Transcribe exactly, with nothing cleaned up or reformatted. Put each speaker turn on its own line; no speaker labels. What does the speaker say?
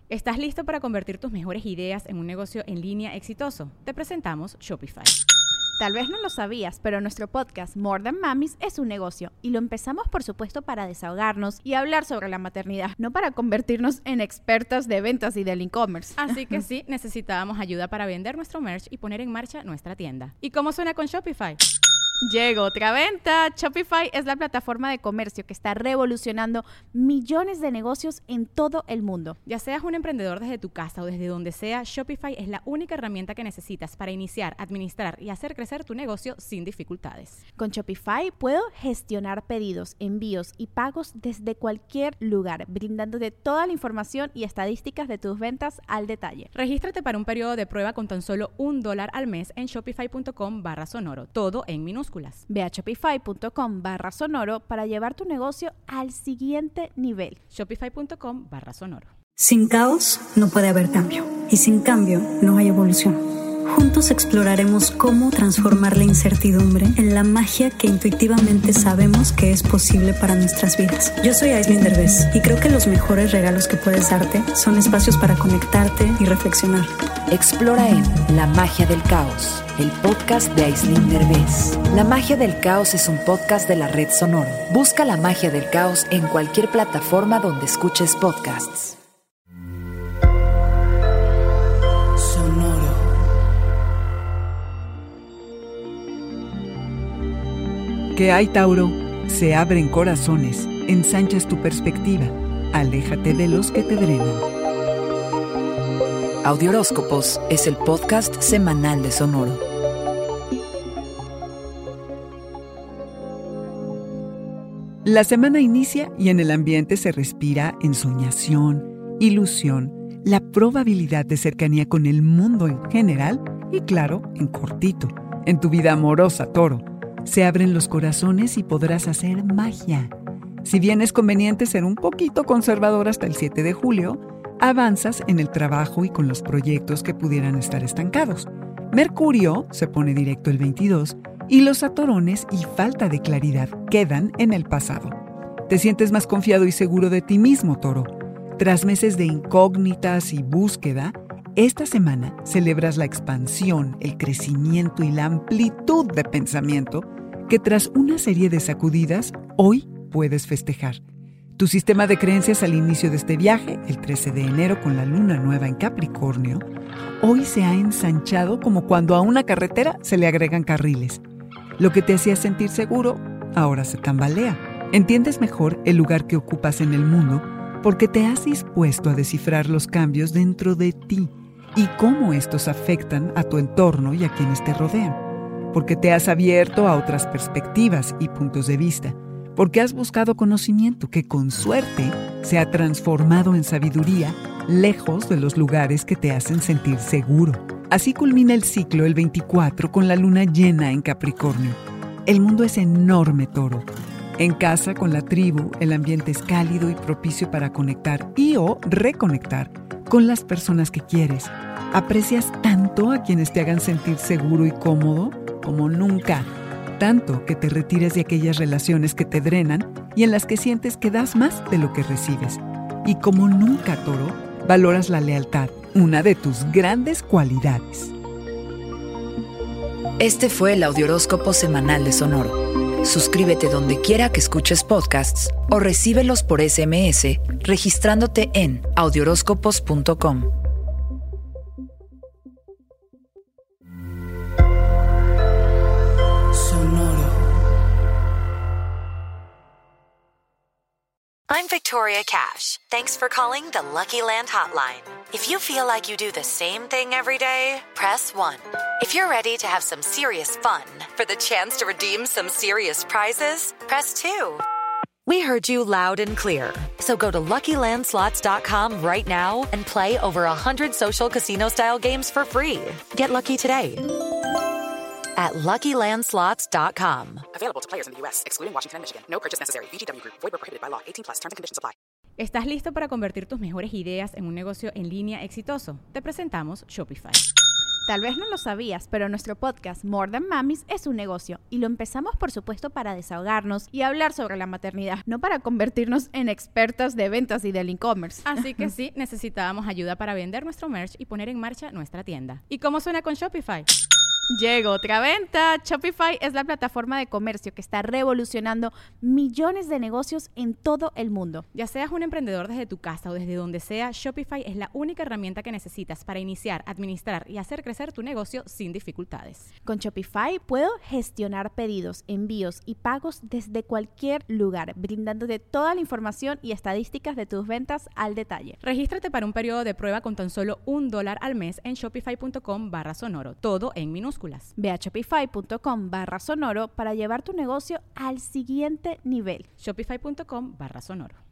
¿Estás listo para convertir tus mejores ideas en un negocio en línea exitoso? Te presentamos Shopify.
Tal vez no lo sabías, pero nuestro podcast More Than Mamis es un negocio y lo empezamos por supuesto para desahogarnos y hablar sobre la maternidad, no para convertirnos en expertas de ventas y del e-commerce.
Así que sí, necesitábamos ayuda para vender nuestro merch y poner en marcha nuestra tienda. ¿Y cómo suena con Shopify?
Llegó otra venta. Shopify es la plataforma de comercio que está revolucionando millones de negocios en todo el mundo.
Ya seas un emprendedor desde tu casa o desde donde sea, Shopify es la única herramienta que necesitas para iniciar, administrar y hacer crecer tu negocio sin dificultades.
Con Shopify puedo gestionar pedidos, envíos y pagos desde cualquier lugar, brindándote toda la información y estadísticas de tus ventas al detalle.
Regístrate para un periodo de prueba con tan solo un dólar al mes en shopify.com barra sonoro, todo en minúsculas.
Ve a shopify.com barra sonoro para llevar tu negocio al siguiente nivel.
Shopify.com barra sonoro.
Sin caos no puede haber cambio. Y sin cambio no hay evolución. Juntos exploraremos cómo transformar la incertidumbre en la magia que intuitivamente sabemos que es posible para nuestras vidas. Yo soy Aislinn Derbez y creo que los mejores regalos que puedes darte son espacios para conectarte y reflexionar.
Explora en La Magia del Caos, el podcast de Aislinn Derbez. La Magia del Caos es un podcast de la red Sonoro. Busca La Magia del Caos en cualquier plataforma donde escuches podcasts.
Sonoro.
¿Qué hay, Tauro? Se abren corazones, ensanchas tu perspectiva, aléjate de los que te drenan.
Audioróscopos es el podcast semanal de Sonoro.
La semana inicia y en el ambiente se respira ensoñación, ilusión, la probabilidad de cercanía con el mundo en general y, claro, en cortito, en tu vida amorosa, Toro. Se abren los corazones y podrás hacer magia. Si bien es conveniente ser un poquito conservador hasta el siete de julio, avanzas en el trabajo y con los proyectos que pudieran estar estancados. Mercurio se pone directo el veintidós y los atorones y falta de claridad quedan en el pasado. Te sientes más confiado y seguro de ti mismo, Toro. Tras meses de incógnitas y búsqueda, esta semana celebras la expansión, el crecimiento y la amplitud de pensamiento que tras una serie de sacudidas, hoy puedes festejar. Tu sistema de creencias al inicio de este viaje, el trece de enero con la luna nueva en Capricornio, hoy se ha ensanchado como cuando a una carretera se le agregan carriles. Lo que te hacía sentir seguro, ahora se tambalea. Entiendes mejor el lugar que ocupas en el mundo porque te has dispuesto a descifrar los cambios dentro de ti y cómo estos afectan a tu entorno y a quienes te rodean. Porque te has abierto a otras perspectivas y puntos de vista, porque has buscado conocimiento que con suerte se ha transformado en sabiduría lejos de los lugares que te hacen sentir seguro. Así culmina el ciclo el veinticuatro con la luna llena en Capricornio. El mundo es enorme, Toro. En casa, con la tribu, el ambiente es cálido y propicio para conectar y o reconectar con las personas que quieres. ¿Aprecias tanto a quienes te hagan sentir seguro y cómodo como nunca? Tanto que te retires de aquellas relaciones que te drenan y en las que sientes que das más de lo que recibes. Y como nunca, Toro, valoras la lealtad, una de tus grandes cualidades.
Este fue el Audioróscopo semanal de Sonoro. Suscríbete donde quiera que escuches podcasts o recíbelos por ese eme ese registrándote en audioróscopos punto com.
I'm Victoria Cash. Thanks for calling the Lucky Land Hotline. If you feel like you do the same thing every day, press one. If you're ready to have some serious fun for the chance to redeem some serious prizes, press two. We heard you loud and clear. So go to Lucky Land Slots dot com right now and play over one hundred social casino-style games for free. Get lucky today at Lucky Land Slots dot com.
Available to players in the U S, excluding Washington and Michigan. No purchase necessary. V G W Group. Void where prohibited by law. eighteen plus. Terms and conditions apply.
¿Estás listo para convertir tus mejores ideas en un negocio en línea exitoso? Te presentamos Shopify.
Tal vez no lo sabías, pero nuestro podcast More Than Mamis es un negocio y lo empezamos por supuesto para desahogarnos y hablar sobre la maternidad, no para convertirnos en expertas de ventas y del e-commerce.
Así que sí, necesitábamos ayuda para vender nuestro merch y poner en marcha nuestra tienda. ¿Y cómo suena con Shopify?
Llegó otra venta. Shopify es la plataforma de comercio que está revolucionando millones de negocios en todo el mundo.
Ya seas un emprendedor desde tu casa o desde donde sea, Shopify es la única herramienta que necesitas para iniciar, administrar y hacer crecer tu negocio sin dificultades.
Con Shopify puedo gestionar pedidos, envíos y pagos desde cualquier lugar, brindándote toda la información y estadísticas de tus ventas al detalle.
Regístrate para un periodo de prueba con tan solo un dólar al mes en shopify.com barra sonoro, todo en minúsculas.
Ve a shopify.com barra sonoro para llevar tu negocio al siguiente nivel.
Shopify.com barra sonoro.